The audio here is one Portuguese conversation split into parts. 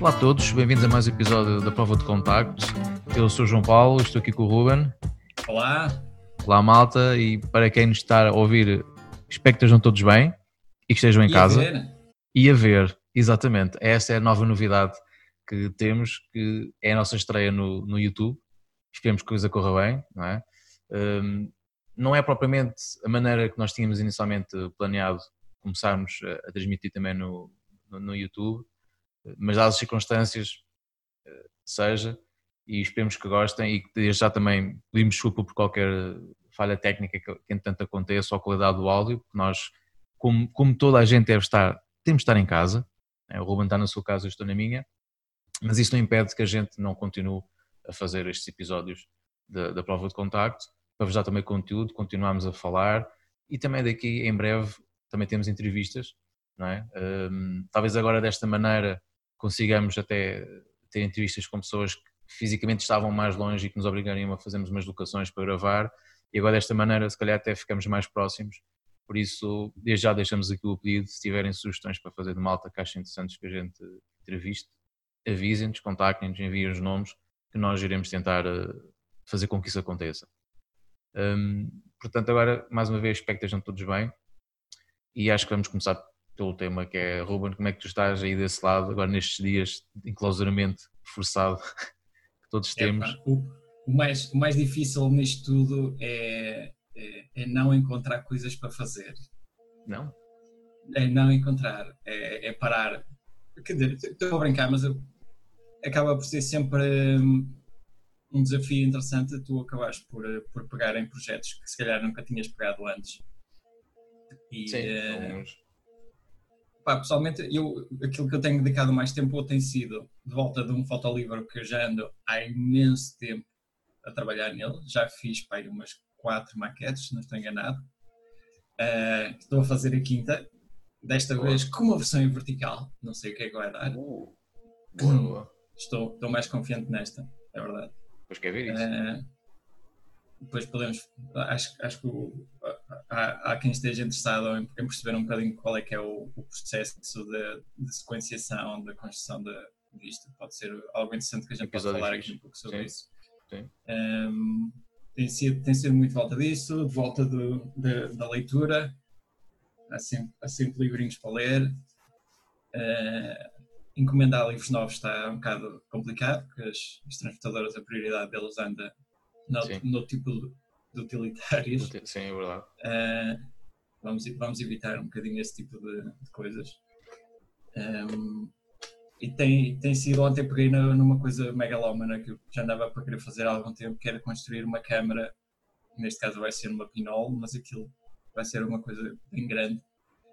Olá a todos, bem-vindos a mais um episódio da Prova de Contacto. Eu sou o João Paulo, estou aqui com o Ruben. Olá. Olá malta, e para quem nos está a ouvir, espero que estejam todos bem e que estejam em casa. E a ver, exatamente. Essa é a nova novidade que temos, que é a nossa estreia no YouTube. Esperemos que a coisa corra bem, não é? Não é propriamente a maneira que nós tínhamos inicialmente planeado começarmos a transmitir também no YouTube, mas dadas as circunstâncias, seja, e esperemos que gostem e que desde já também pedimos desculpa por qualquer falha técnica que entretanto aconteça ou a qualidade do áudio, porque nós, como toda a gente deve estar, temos de estar em casa, o Ruben está na sua casa, eu estou na minha, mas isso não impede que a gente não continue a fazer estes episódios da Prova de Contacto, para vos dar também conteúdo, continuamos a falar e também daqui em breve também temos entrevistas, não é? Talvez agora desta maneira consigamos até ter entrevistas com pessoas que fisicamente estavam mais longe e que nos obrigariam a fazermos umas locações para gravar, e agora desta maneira se calhar até ficamos mais próximos, por isso desde já deixamos aqui o pedido, se tiverem sugestões para fazer de malta que achem interessantes que a gente entreviste, avisem-nos, contactem-nos, enviem os nomes, que nós iremos tentar fazer com que isso aconteça. Portanto, agora mais uma vez espero que estejam todos bem e acho que vamos começar pelo tema que é, Ruben, como é que tu estás aí desse lado agora nestes dias de enclausuramento forçado que todos temos? O mais difícil nisto tudo é não encontrar coisas para fazer. Não? É não encontrar, é parar. Quer dizer, estou a brincar, mas acaba por ser sempre um desafio interessante. Tu acabaste por pegar em projetos que se calhar nunca tinhas pegado antes. E, sim, alguns. Pessoalmente, aquilo que eu tenho dedicado mais tempo tem sido de volta de um fotolivro que eu já ando há imenso tempo a trabalhar nele. Já fiz umas 4 maquetes, se não estou enganado. Estou a fazer a quinta, desta vez com uma versão em vertical. Não sei o que é que vai dar. Boa. Estou mais confiante nesta, é verdade. Pois quer ver isso. Depois podemos, acho que há quem esteja interessado em perceber um bocadinho qual é que é o processo de sequenciação, da construção disto. Pode ser algo interessante que a gente pode falar aqui um pouco sobre isso. Sim. Tem sido muito de volta disso, de volta da leitura. Há sempre livrinhos para ler. Encomendar livros novos está um bocado complicado, porque as transportadoras, a prioridade deles anda no tipo de utilitários. Sim, é verdade. Vamos evitar um bocadinho esse tipo de coisas. E tem sido, ontem peguei numa coisa megalómana que eu já andava para querer fazer há algum tempo, que era construir uma câmara. Neste caso vai ser uma pinol, mas aquilo vai ser uma coisa bem grande.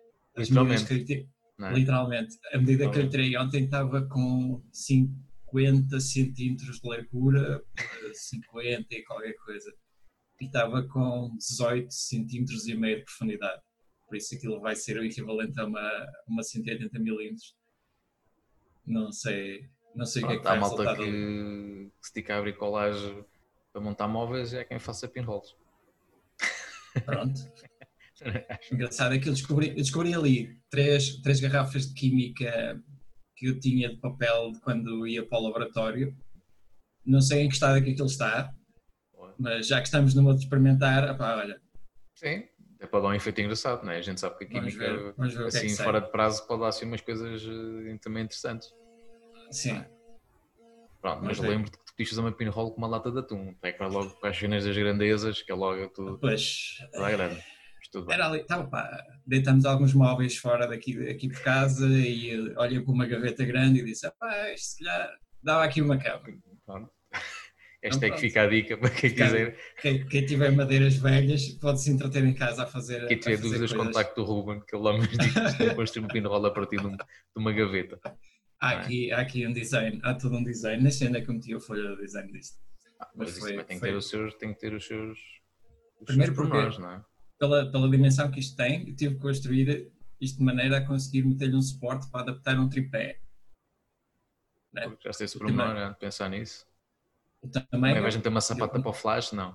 Literalmente. A medida que eu tirei ontem estava com 50 centímetros de largura, 50 e qualquer coisa. E estava com 18 centímetros e meio de profundidade. Por isso aquilo vai ser o equivalente a uma 180 milímetros. Não sei o que é que vai resultar. Há malta ali. Que se dedica a bricolagem para montar móveis é quem faça pinholes. Pronto. Engraçado é que eu descobri ali três garrafas de química que eu tinha de papel de quando ia para o laboratório. Não sei em que estado é que aquilo está, mas já que estamos numa de experimentar, olha. Sim, é para dar um efeito engraçado, não é? A gente sabe que a química, assim, fora de prazo, pode dar assim umas coisas também interessantes. Sim. Pronto, mas lembro-te que tu quis fazer uma pinhole com uma lata de atum. É que vai logo para as finas das grandezas, que é logo tudo. Pois. Toda grande. Era ali, deitamos alguns móveis fora aqui por casa e olhei para uma gaveta grande e disse, isto se calhar dava aqui uma cama. Pronto. Esta é que fica a dica para quem quiser. Quem tiver madeiras velhas pode se entreter em casa a fazer. Quem tiver dúvidas, contacte do Ruben, que ele lá me diz que estou a construir um pinhole a partir de uma gaveta. Há aqui um design, há todo um design. Nem sei onde é que eu meti a folha de design disto. Mas isso tem que ter os seus primeiro pormenores, não é? Pela dimensão que isto tem, eu tive que construir isto de maneira a conseguir meter-lhe um suporte para adaptar um tripé. Né? Já sei esse pormenor, de pensar nisso. Também vais meter uma sapata para o flash? Não.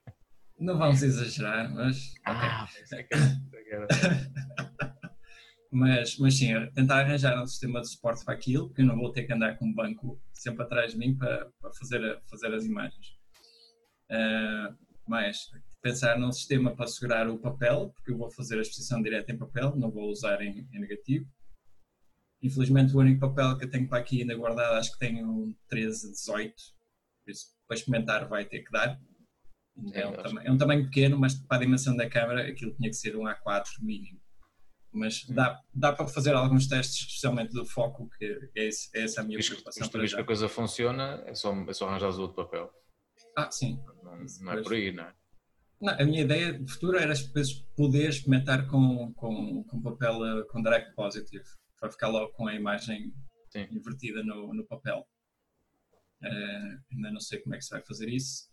Não vamos exagerar, mas... Mas sim, tentar arranjar um sistema de suporte para aquilo, que eu não vou ter que andar com um banco sempre atrás de mim para fazer as imagens. Mas pensar num sistema para segurar o papel, porque eu vou fazer a exposição direta em papel, não vou usar em negativo. Infelizmente o único papel que eu tenho para aqui ainda guardado, acho que tenho um 13-18, por isso para experimentar vai ter que dar. É um tamanho pequeno, mas para a dimensão da câmera aquilo tinha que ser um A4 mínimo. Mas dá para fazer alguns testes, especialmente do foco, que é essa a minha preocupação. Mas que a coisa funciona, é só arranjar o outro papel. Sim. Não é por aí, não é? Não, a minha ideia de futuro era poder experimentar com papel com direct positive, para ficar logo com a imagem invertida no papel. Ainda não sei como é que se vai fazer isso,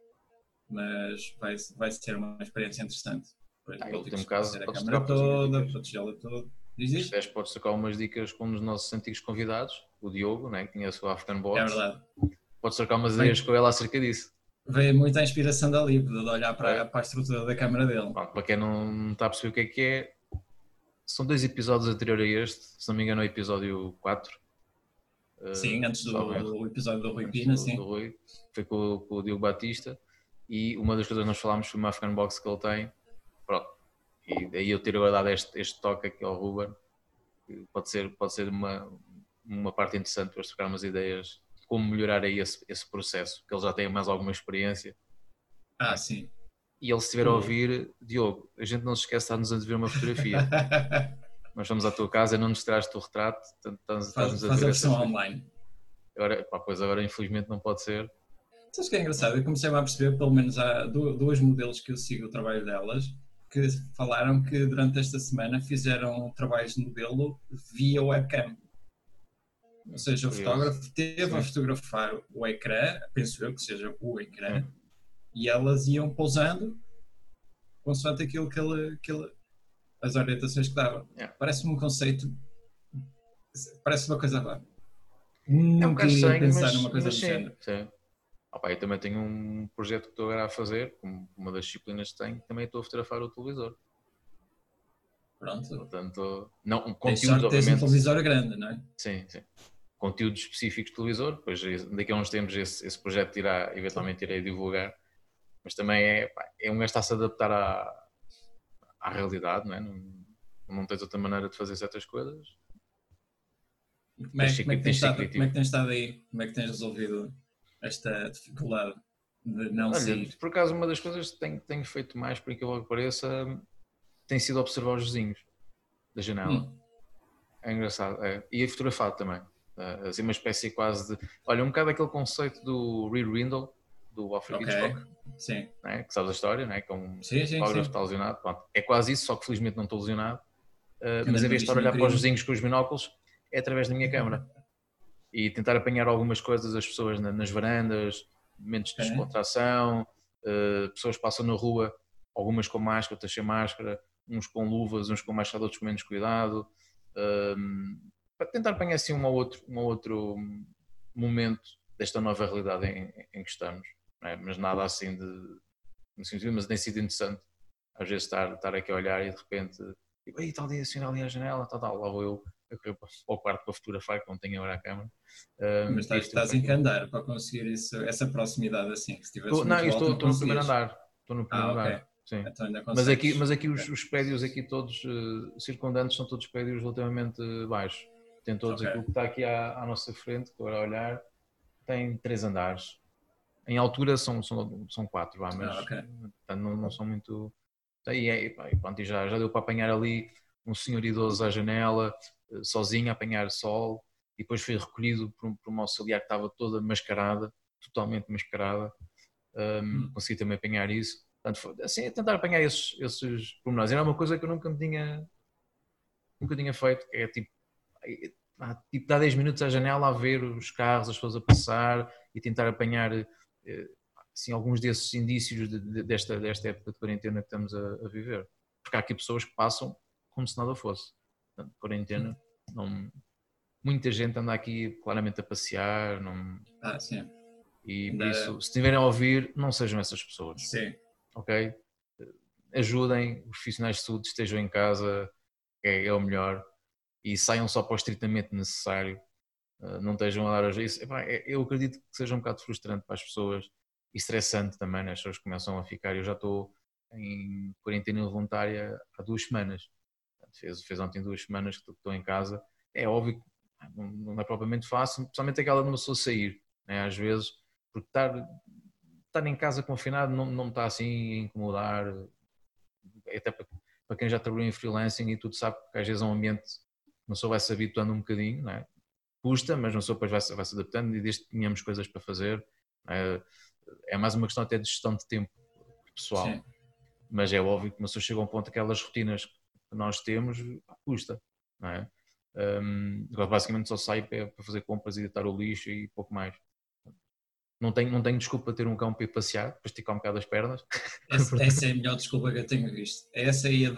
mas vai ser uma experiência interessante. Ele tem um caso, a câmera toda, protegê-la toda. Podes trocar umas dicas com um dos nossos antigos convidados, o Diogo, né, que conhece o African Box. É verdade. Podes trocar umas ideias com ele acerca disso. Veio muita inspiração dali, de olhar para a estrutura da câmera dele. Pronto, para quem não está a perceber o que é, são 2 episódios anteriores a este, se não me engano é o episódio 4. Sim, antes do episódio do Rui Pina, sim. Do Rui, foi com o Diogo Batista, e uma das coisas que nós falámos foi uma African Box que ele tem. Pronto. E daí eu ter agora dado este toque aqui ao Ruben, que pode ser uma parte interessante para trocar umas ideias de como melhorar aí esse processo, porque ele já tem mais alguma experiência. Sim. E ele, se estiver a ouvir, Diogo, a gente não se esquece de estar-nos a ver uma fotografia. Nós vamos à tua casa, não nos traz o teu retrato, faz a versão online. Agora infelizmente não pode ser. Sabes que é engraçado? Eu comecei-me a perceber, pelo menos há 2 modelos que eu sigo o trabalho delas, que falaram que durante esta semana fizeram trabalhos de modelo via webcam. Ou seja, o fotógrafo teve a fotografar o ecrã, penso eu que seja o ecrã, e elas iam pousando consoante aquilo que ele as orientações que dava. Parece-me um conceito, parece uma coisa vá. Nunca iria pensar numa coisa do género. Eu também tenho um projeto que estou agora a fazer, como uma das disciplinas que tenho, também estou a fotografar o televisor. Pronto. Portanto, não, um conteúdo, obviamente. Um televisor grande, não é? Sim. Conteúdos específicos de televisor, depois daqui a uns tempos esse projeto eventualmente irei divulgar, mas também é um gasto a se adaptar à realidade, não é? Não tens outra maneira de fazer certas coisas. Como é que tens estado aí? Como é que tens resolvido esta dificuldade de não sair? Por acaso, uma das coisas que tenho feito mais, por aquilo que pareça, tem sido observar os vizinhos da janela. É engraçado. E a fotografado também. Assim, uma espécie quase de... Olha, um bocado aquele conceito do Rear Window, do Alfred Hitchcock. Sim. Né? Que sabes a história, né? Que é um fotógrafo que está lesionado. Pronto, é quase isso, só que felizmente não estou lesionado. Mas em vez de estar a olhar para os vizinhos com os binóculos, é através da minha câmera. E tentar apanhar algumas coisas, as pessoas nas varandas, momentos de descontração, pessoas passam na rua, algumas com máscara, outras sem máscara, uns com luvas, uns com máscara, outros com menos cuidado, para tentar apanhar assim um ou outro momento desta nova realidade em que estamos, não é? Mas nada assim mas tem sido interessante às vezes estar aqui a olhar e de repente tipo, está ali a janela, lá vou eu a correr para o quarto para fotografar, que não tenho agora a câmera. Mas estás em que andar para conseguir essa proximidade assim? Se estou no primeiro andar. Estou no primeiro andar. Okay. Sim. Então mas aqui os prédios aqui todos circundantes são todos prédios relativamente baixos. Tem todos aquilo que está aqui à nossa frente, que agora a olhar, tem 3 andares. Em altura são 4, mas não são muito... E pronto, já deu para apanhar ali um senhor idoso à janela, sozinho, a apanhar sol, e depois foi recolhido por uma auxiliar que estava toda mascarada, totalmente mascarada. Consegui também apanhar isso. Portanto, assim, tentar apanhar esses pormenores. Era uma coisa que eu nunca tinha feito, que é tipo dar 10 minutos à janela a ver os carros, as pessoas a passar e tentar apanhar assim, alguns desses indícios desta época de quarentena que estamos a viver. Porque há aqui pessoas que passam como se nada fosse. Portanto, quarentena, muita gente anda aqui claramente a passear. Sim. E por isso, se estiverem a ouvir, não sejam essas pessoas. Sim. Ok? Ajudem, os profissionais de saúde estejam em casa, é o melhor, e saiam só para o estritamente necessário, não estejam a dar isso. Eu acredito que seja um bocado frustrante para as pessoas e estressante também, né? As pessoas começam a ficar, eu já estou em quarentena voluntária há 2 semanas, fez ontem 2 semanas que estou em casa, é óbvio que não é propriamente fácil, principalmente aquela de uma pessoa sair, né? Às vezes, porque estar em casa confinado não me está assim a incomodar, até para quem já trabalhou em freelancing e tudo sabe que às vezes é um ambiente que uma pessoa vai se habituando um bocadinho, não é? Custa, mas uma pessoa depois vai se adaptando e desde que tínhamos coisas para fazer, é mais uma questão até de gestão de tempo pessoal. Sim. Mas é óbvio que uma pessoa chega a um ponto, aquelas rotinas que nós temos, custa, não é? Agora basicamente só sai para fazer compras e deitar o lixo e pouco mais. Não tenho desculpa para ter um cão para ir passear, para esticar um bocado as pernas. Essa é a melhor desculpa que eu tenho visto. Essa aí é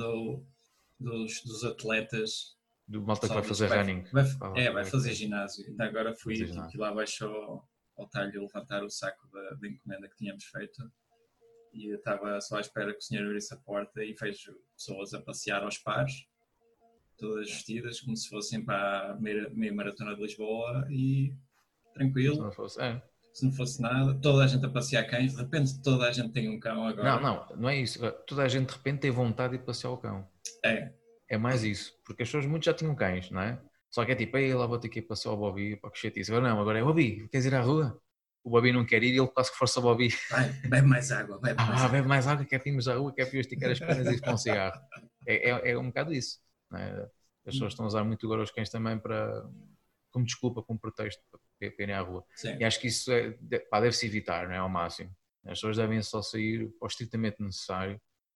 dos atletas. Do malta que vai fazer running. Vai fazer ginásio. Ainda agora fui lá abaixo ao talho levantar o saco da encomenda que tínhamos feito. E eu estava só à espera que o senhor abrisse a porta e vejo pessoas a passear aos pares, todas vestidas como se fossem para a meia maratona de Lisboa e tranquilo. Se não fosse nada, toda a gente a passear cães, de repente toda a gente tem um cão agora. Não é isso. Toda a gente de repente tem vontade de passear o cão. É mais isso, porque as pessoas muitos já tinham cães, não é? Só que é tipo, lá vou ter que ir passear o Bobby, para que chatice. Agora não, agora é Bobby, queres ir à rua? O Bobby não quer ir e ele quase que força o Bobby. Bebe mais água, bebe mais água, quer irmos à rua, quer para eu esticar as pernas e ir com um cigarro. É um bocado isso, não é? As pessoas estão a usar muito agora os cães também como desculpa, como pretexto para irem à rua. Sim. E acho que isso deve-se evitar, não é? Ao máximo. As pessoas devem só sair ao estritamente necessário.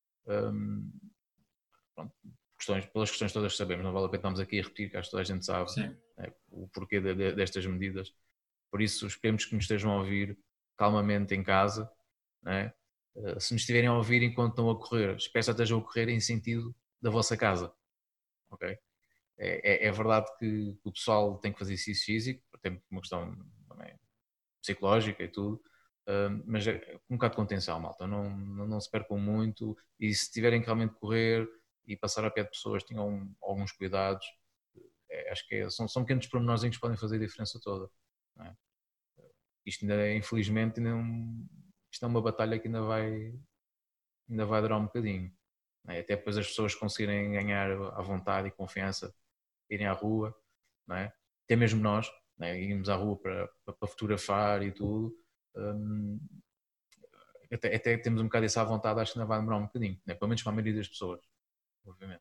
Pelas questões todas que sabemos, não vale a pena estarmos aqui a repetir, que acho que toda a gente sabe o porquê destas medidas. Por isso, esperemos que nos estejam a ouvir calmamente em casa, né? Se nos estiverem a ouvir enquanto estão a correr, espero que estejam a correr em sentido da vossa casa, ok? É verdade que o pessoal tem que fazer exercício físico, tem uma questão também psicológica e tudo, mas é um bocado de contenção, malta, não se percam muito e se tiverem que realmente correr e passar a pé de pessoas, tenham alguns cuidados. Acho que são pequenos pormenores que podem fazer a diferença toda, não é? Isto ainda infelizmente isto é uma batalha que ainda vai durar um bocadinho, não é? Até depois as pessoas conseguirem ganhar à vontade e confiança, irem à rua, não é? Até mesmo nós, não é? Irmos à rua para fotografar e tudo, até temos um bocado essa vontade, acho que ainda vai demorar um bocadinho, né? Pelo menos para a maioria das pessoas, obviamente.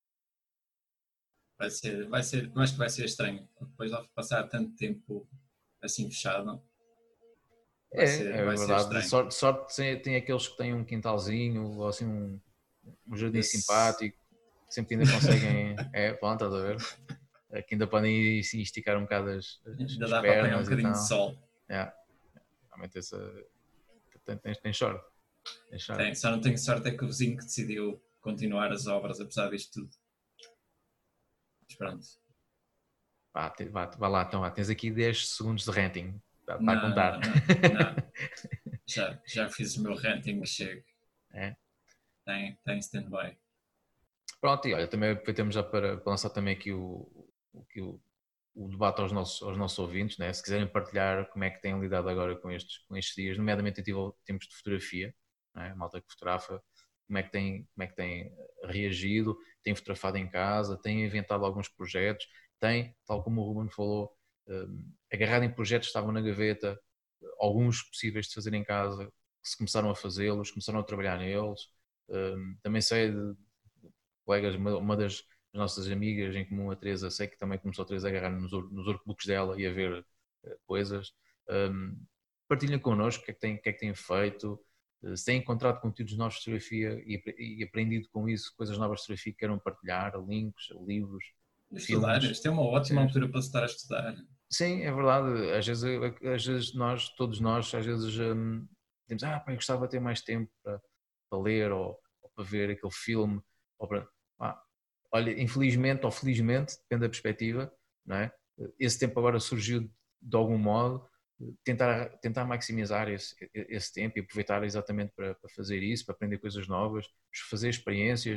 Vai ser, acho que vai ser estranho, depois de passar tanto tempo assim fechado. Vai verdade. Sorte tem aqueles que têm um quintalzinho ou assim um jardim simpático, que sempre ainda conseguem. Pronto, estás a ver? Que ainda podem ir assim, esticar um bocado as dá para apanhar um bocadinho de sol. Realmente tem sorte. Só não tenho sorte é que o vizinho que decidiu continuar as obras apesar disto tudo. Mas pronto. Vá lá, então, tens aqui 10 segundos de ranting. Está a contar. Não. Já fiz o meu ranting, chego. Está em stand-by. Pronto, e olha, também aproveitamos já para lançar também aqui o debate aos nossos ouvintes, né? Se quiserem partilhar como é que têm lidado agora com estes dias, nomeadamente em termos de fotografia, né? A malta que fotografa, como é que tem reagido, tem fotografado em casa, tem inventado alguns projetos, tal como o Ruben falou, agarrado em projetos que estavam na gaveta, alguns possíveis de fazer em casa, que se começaram a fazê-los, começaram a trabalhar neles. Também sei de colegas, uma das nossas amigas em comum, a Teresa, sei que também começou a Teresa a agarrar nos workbooks dela e a ver coisas. Partilhem connosco o que é que têm feito, se têm encontrado conteúdos novos de fotografia e aprendido com isso, coisas novas de fotografia que queiram partilhar, links, livros, estudar. Isto é uma ótima altura para se estar a estudar. Sim, é verdade. Às vezes todos nós, às vezes dizemos, eu gostava de ter mais tempo para ler ou para ver aquele filme. Olha, infelizmente ou felizmente, depende da perspectiva, não é? Esse tempo agora surgiu de algum modo, tentar maximizar esse tempo e aproveitar exatamente para fazer isso, para aprender coisas novas, fazer experiências.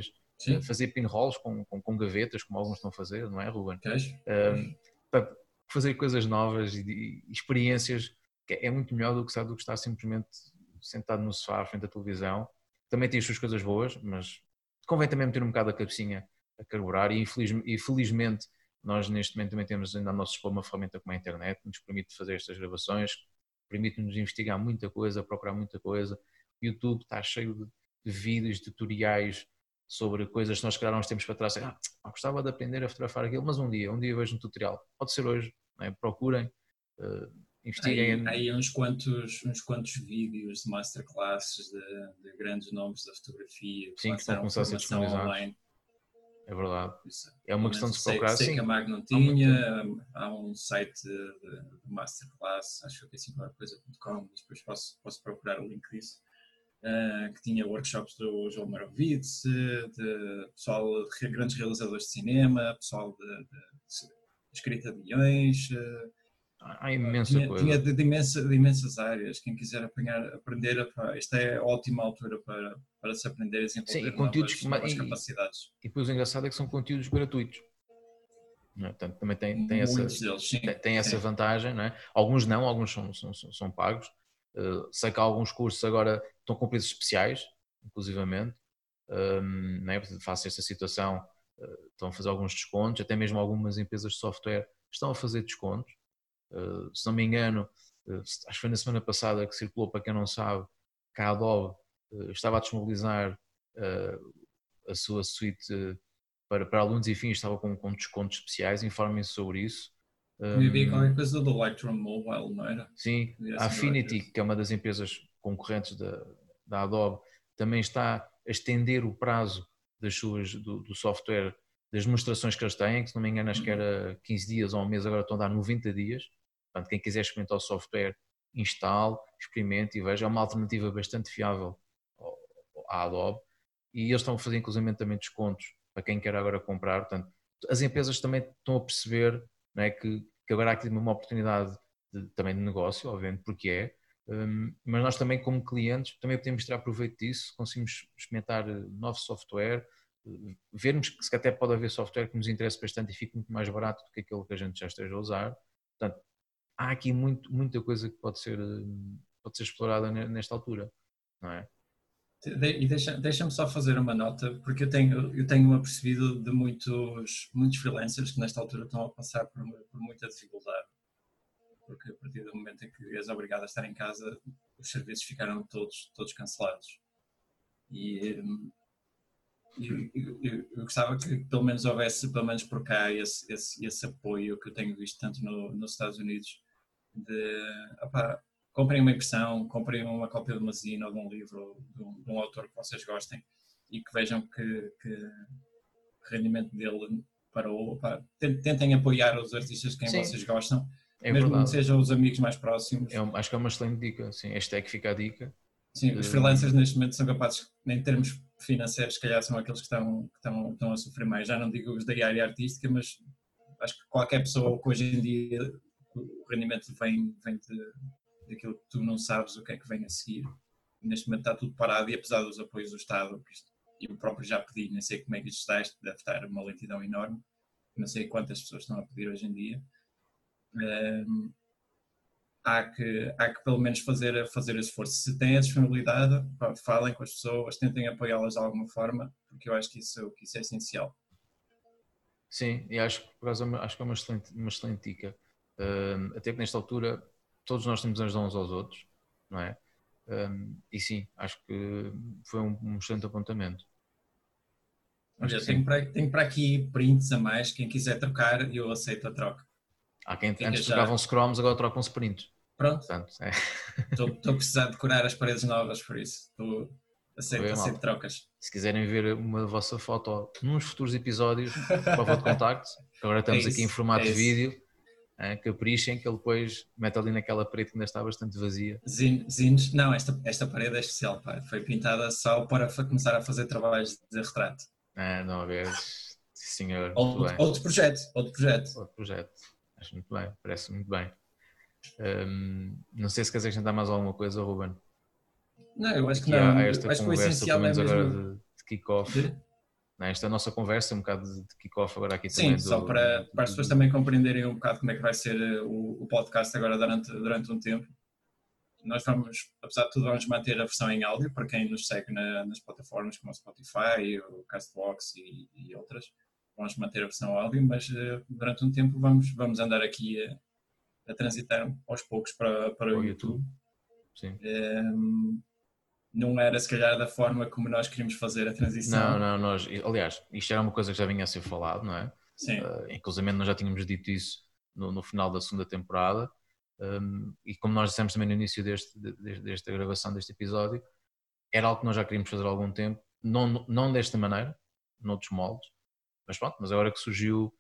fazer pinholes com gavetas, como alguns estão a fazer, não é, Ruben? Para fazer coisas novas e experiências, que é muito melhor do que estar simplesmente sentado no sofá, à frente da televisão. Também tem as suas coisas boas, mas convém também meter um bocado a cabecinha a carburar e felizmente nós neste momento também temos ainda ao nosso dispor uma ferramenta como a internet, que nos permite fazer estas gravações, permite-nos investigar muita coisa, procurar muita coisa. O YouTube está cheio de vídeos, de tutoriais sobre coisas que nós criaram uns tempos para trás. Gostava de aprender a fotografar aquilo, mas um dia vejo um tutorial. Pode ser hoje, não é? Procurem, investiguem. Há aí uns quantos vídeos de masterclasses de grandes nomes da fotografia que estão a começar a ser disponibilizados. Online. É verdade. É uma questão de se procurar. Sei que a Mag não tinha, há um site de masterclass, acho que é assim coisa.com, depois posso procurar o link disso, que tinha workshops do João Marovitz, de pessoal de grandes realizadores de cinema, pessoal de escrita de guiões. Há imensa coisa. Tinha de imensas áreas. Quem quiser aprender, esta é a ótima altura para se aprender a desenvolver novas capacidades. E depois o engraçado é que são conteúdos gratuitos. Não é? Portanto, também tem essa vantagem. Não é? Alguns não, alguns são pagos. Sei que alguns cursos agora estão com preços especiais, inclusivamente. Não é? Face a esta situação, estão a fazer alguns descontos. Até mesmo algumas empresas de software estão a fazer descontos. Se não me engano, acho que foi na semana passada que circulou, para quem não sabe, que a Adobe estava a disponibilizar a sua suite para alunos e fins, estava com descontos especiais. Informem-se sobre isso. Havia qualquer coisa do Lightroom Mobile, não era? Sim, a Affinity, que é uma das empresas concorrentes da Adobe, também está a estender o prazo do software, das demonstrações que eles têm, que se não me engano acho que era 15 dias ou um mês, agora estão a dar 90 dias. Portanto, quem quiser experimentar o software, instale, experimente e veja. É uma alternativa bastante fiável à Adobe. E eles estão a fazer inclusive também descontos para quem quer agora comprar. Portanto, as empresas também estão a perceber, não é, que agora há aqui uma oportunidade também de negócio, obviamente, porque mas nós também como clientes também podemos tirar proveito disso, conseguimos experimentar novo software, vermos que se até pode haver software que nos interessa bastante e fique muito mais barato do que aquele que a gente já esteja a usar. Portanto, há aqui muita coisa que pode ser explorada nesta altura, não é? E deixa-me só fazer uma nota, porque eu tenho apercebido de muitos freelancers que nesta altura estão a passar por muita dificuldade, porque a partir do momento em que és obrigado a estar em casa, os serviços ficaram todos cancelados. E eu gostava que pelo menos houvesse, pelo menos por cá, esse apoio que eu tenho visto tanto nos Estados Unidos, comprem uma impressão, comprem uma cópia de uma zine ou de um livro de um autor que vocês gostem e que vejam que o rendimento dele parou. Tentem apoiar os artistas de quem vocês gostam, mesmo que sejam os amigos mais próximos. Acho que é uma excelente dica, sim. Hashtag fica a dica. Sim, os freelancers neste momento são capazes, em termos financeiros, se calhar são aqueles que estão a sofrer mais. Já não digo os da área artística, mas acho que qualquer pessoa que hoje em dia o rendimento vem daquilo que tu não sabes o que é que vem a seguir. Neste momento está tudo parado e apesar dos apoios do Estado, eu próprio já pedi, nem sei como é que isto está, isto deve estar uma lentidão enorme, não sei quantas pessoas estão a pedir hoje em dia. Há que pelo menos fazer esse esforço. Se têm a disponibilidade, falem com as pessoas, tentem apoiá-las de alguma forma, porque eu acho que isso é essencial. Sim, e acho que é uma excelente dica. Até que nesta altura todos nós temos a ajudar uns aos outros, não é? E sim, acho que foi um excelente apontamento. Olha, tenho para aqui prints a mais, quem quiser trocar, eu aceito a troca. Há quem antes trocavam-se cromos, agora trocam-se prints. Pronto. Estou a precisar de decorar as paredes novas, por isso aceito trocas. Se quiserem ver uma vossa foto nos futuros episódios, prova de contacto. Agora estamos aqui em formato de vídeo. Caprichem, que ele depois mete ali naquela parede que ainda está bastante vazia. Zines, não, esta parede é especial, pá. Foi pintada só para começar a fazer trabalhos de retrato. Não vês, senhor. Outro projeto. Acho muito bem, parece muito bem. Não sei se queres acrescentar mais alguma coisa, Ruben. Não, eu acho que não. Há esta acho conversa, que o essencial pelo menos é mesmo agora de kick-off. né? Esta nossa conversa, um bocado de kick-off agora aqui sim, também. Sim, só para as pessoas também compreenderem um bocado como é que vai ser o podcast agora durante um tempo. Nós vamos, apesar de tudo, vamos manter a versão em áudio para quem nos segue nas plataformas como o Spotify, o Castbox e outras. Vamos manter a versão áudio, mas durante um tempo vamos andar aqui a transitar aos poucos para o YouTube. Sim. Não era se calhar da forma como nós queríamos fazer a transição. Não, aliás, isto era uma coisa que já vinha a ser falado, não é? Sim. Inclusive nós já tínhamos dito isso no final da segunda temporada, e como nós dissemos também no início desta gravação deste episódio, era algo que nós já queríamos fazer há algum tempo, não desta maneira, noutros moldes, mas agora que surgiu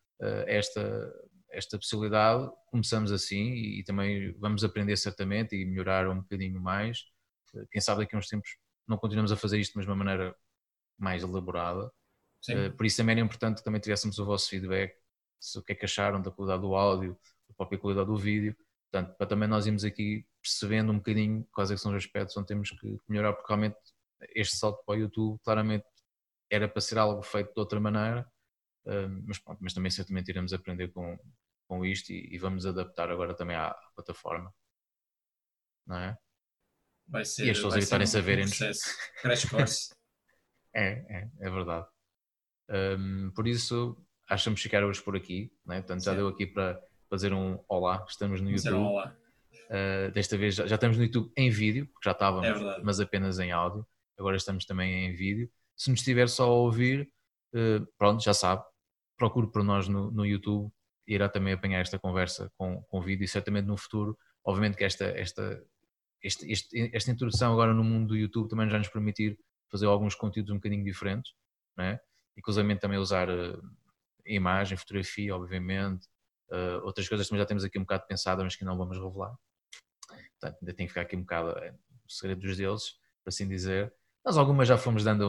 esta possibilidade, começamos assim e também vamos aprender certamente e melhorar um bocadinho mais. Quem sabe daqui a uns tempos não continuamos a fazer isto, mas de uma maneira mais elaborada. Por isso também era importante que também tivéssemos o vosso feedback, o que é que acharam da qualidade do áudio, da própria qualidade do vídeo. Portanto, para também nós irmos aqui percebendo um bocadinho quais é que são os aspectos onde temos que melhorar, porque realmente este salto para o YouTube claramente era para ser algo feito de outra maneira, mas também certamente iremos aprender com isto e vamos adaptar agora também à plataforma, não é? Vai ser, e as pessoas evitarem-se a verem-nos. Crash course. É verdade. Por isso, achamos ficar hoje por aqui, né? Portanto, já deu aqui para fazer um olá, estamos no YouTube. Um olá. Desta vez já estamos no YouTube em vídeo, porque já estávamos, É mas apenas em áudio. Agora estamos também em vídeo. Se nos estiver só a ouvir, pronto, já sabe, procure por nós no YouTube e irá também apanhar esta conversa com vídeo e certamente no futuro, obviamente que esta introdução agora no mundo do YouTube também já nos permitir fazer alguns conteúdos um bocadinho diferentes, né? Inclusive também usar imagem, fotografia, obviamente, outras coisas também já temos aqui um bocado pensadas, mas que não vamos revelar. Portanto, ainda tem que ficar aqui um bocado o segredo dos deuses, por assim dizer. Nós algumas já fomos dando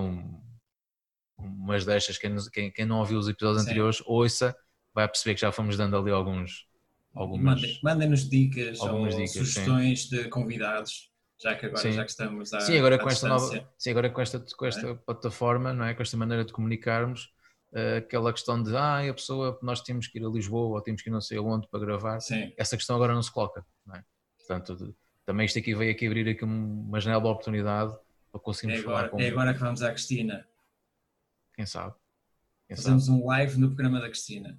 umas destas, quem não ouviu os episódios anteriores, ouça, vai perceber que já fomos dando ali algumas... Mandem-nos dicas ou sugestões de convidados, já que estamos agora com esta nova, agora com esta plataforma, não é? Com esta maneira de comunicarmos, aquela questão de a pessoa, nós temos que ir a Lisboa ou temos que ir não sei aonde para gravar, essa questão agora não se coloca, não é? Portanto, também isto aqui veio aqui abrir aqui uma janela de oportunidade para conseguirmos falar com... É agora que vamos à Cristina. Quem sabe? Fazemos um live no programa da Cristina.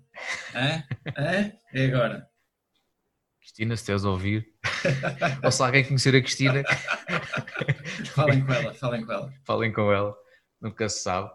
É agora. Cristina, se estás a ouvir, ou se alguém conhecer a Cristina, falem com ela, nunca se sabe.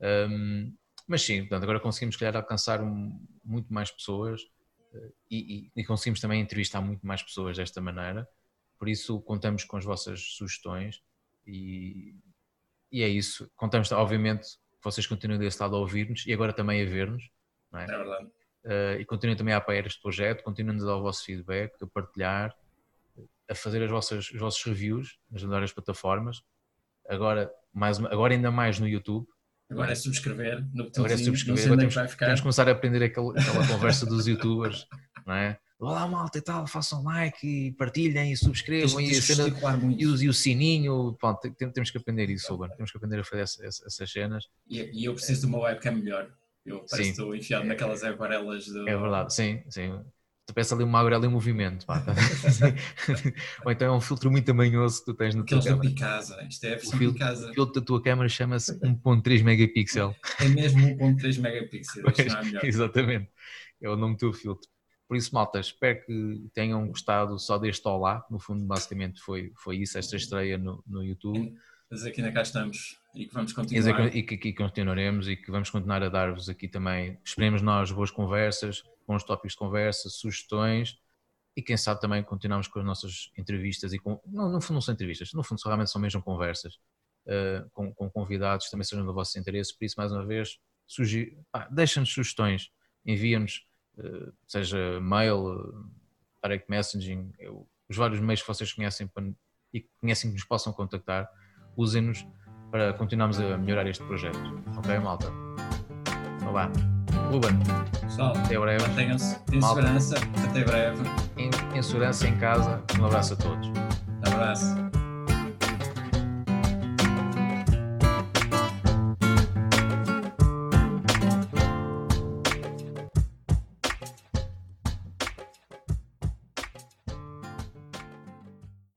Mas sim, portanto, agora conseguimos, calhar, alcançar muito mais pessoas e conseguimos também entrevistar muito mais pessoas desta maneira, por isso contamos com as vossas sugestões e é isso. Contamos, obviamente, que vocês continuem desse lado a ouvir-nos e agora também a ver-nos, não é? É verdade. E continuem também a apoiar este projeto, continuem a dar o vosso feedback, a partilhar, a fazer os vossos reviews nas várias plataformas, agora ainda mais no YouTube. Agora é subscrever no agora temos que começar a aprender aquela conversa dos youtubers, não é? Olá malta e tal, façam like e partilhem e subscrevam e o sininho, pronto, temos que aprender isso, Ruben. Temos que aprender a fazer essas cenas. E eu preciso de uma webcam melhor. Eu parece que estou enfiado naquelas aquarelas do... É verdade, sim. Tu peças ali uma aguarela em movimento, pá. Ou então é um filtro muito tamanhoso que tu tens no teu câmera. Aqueles da Picasa, isto é a versão Picasa. O filtro da tua câmera chama-se 1.3 megapixel. É mesmo 1.3 megapixel, isto não é melhor. Exatamente, é o nome do teu filtro. Por isso, malta, espero que tenham gostado só deste olá. No fundo, basicamente foi isso, esta estreia no YouTube. Mas aqui ainda cá estamos e que vamos continuar. E que continuaremos e que vamos continuar a dar-vos aqui também, esperemos nós, boas conversas, bons tópicos de conversa, sugestões e quem sabe também continuamos com as nossas entrevistas no fundo não são entrevistas, no fundo realmente são mesmo conversas com convidados que também sejam do vosso interesse. Por isso, mais uma vez, deixem-nos sugestões, enviem-nos, seja mail, direct messaging, os vários meios que vocês conhecem e que conhecem que nos possam contactar, usem-nos para continuarmos a melhorar este projeto. Ok, malta? Então vá. Ruben, pessoal, até breve. Mantenham-se em segurança, até breve. Em segurança em casa. Um abraço a todos. Abraço.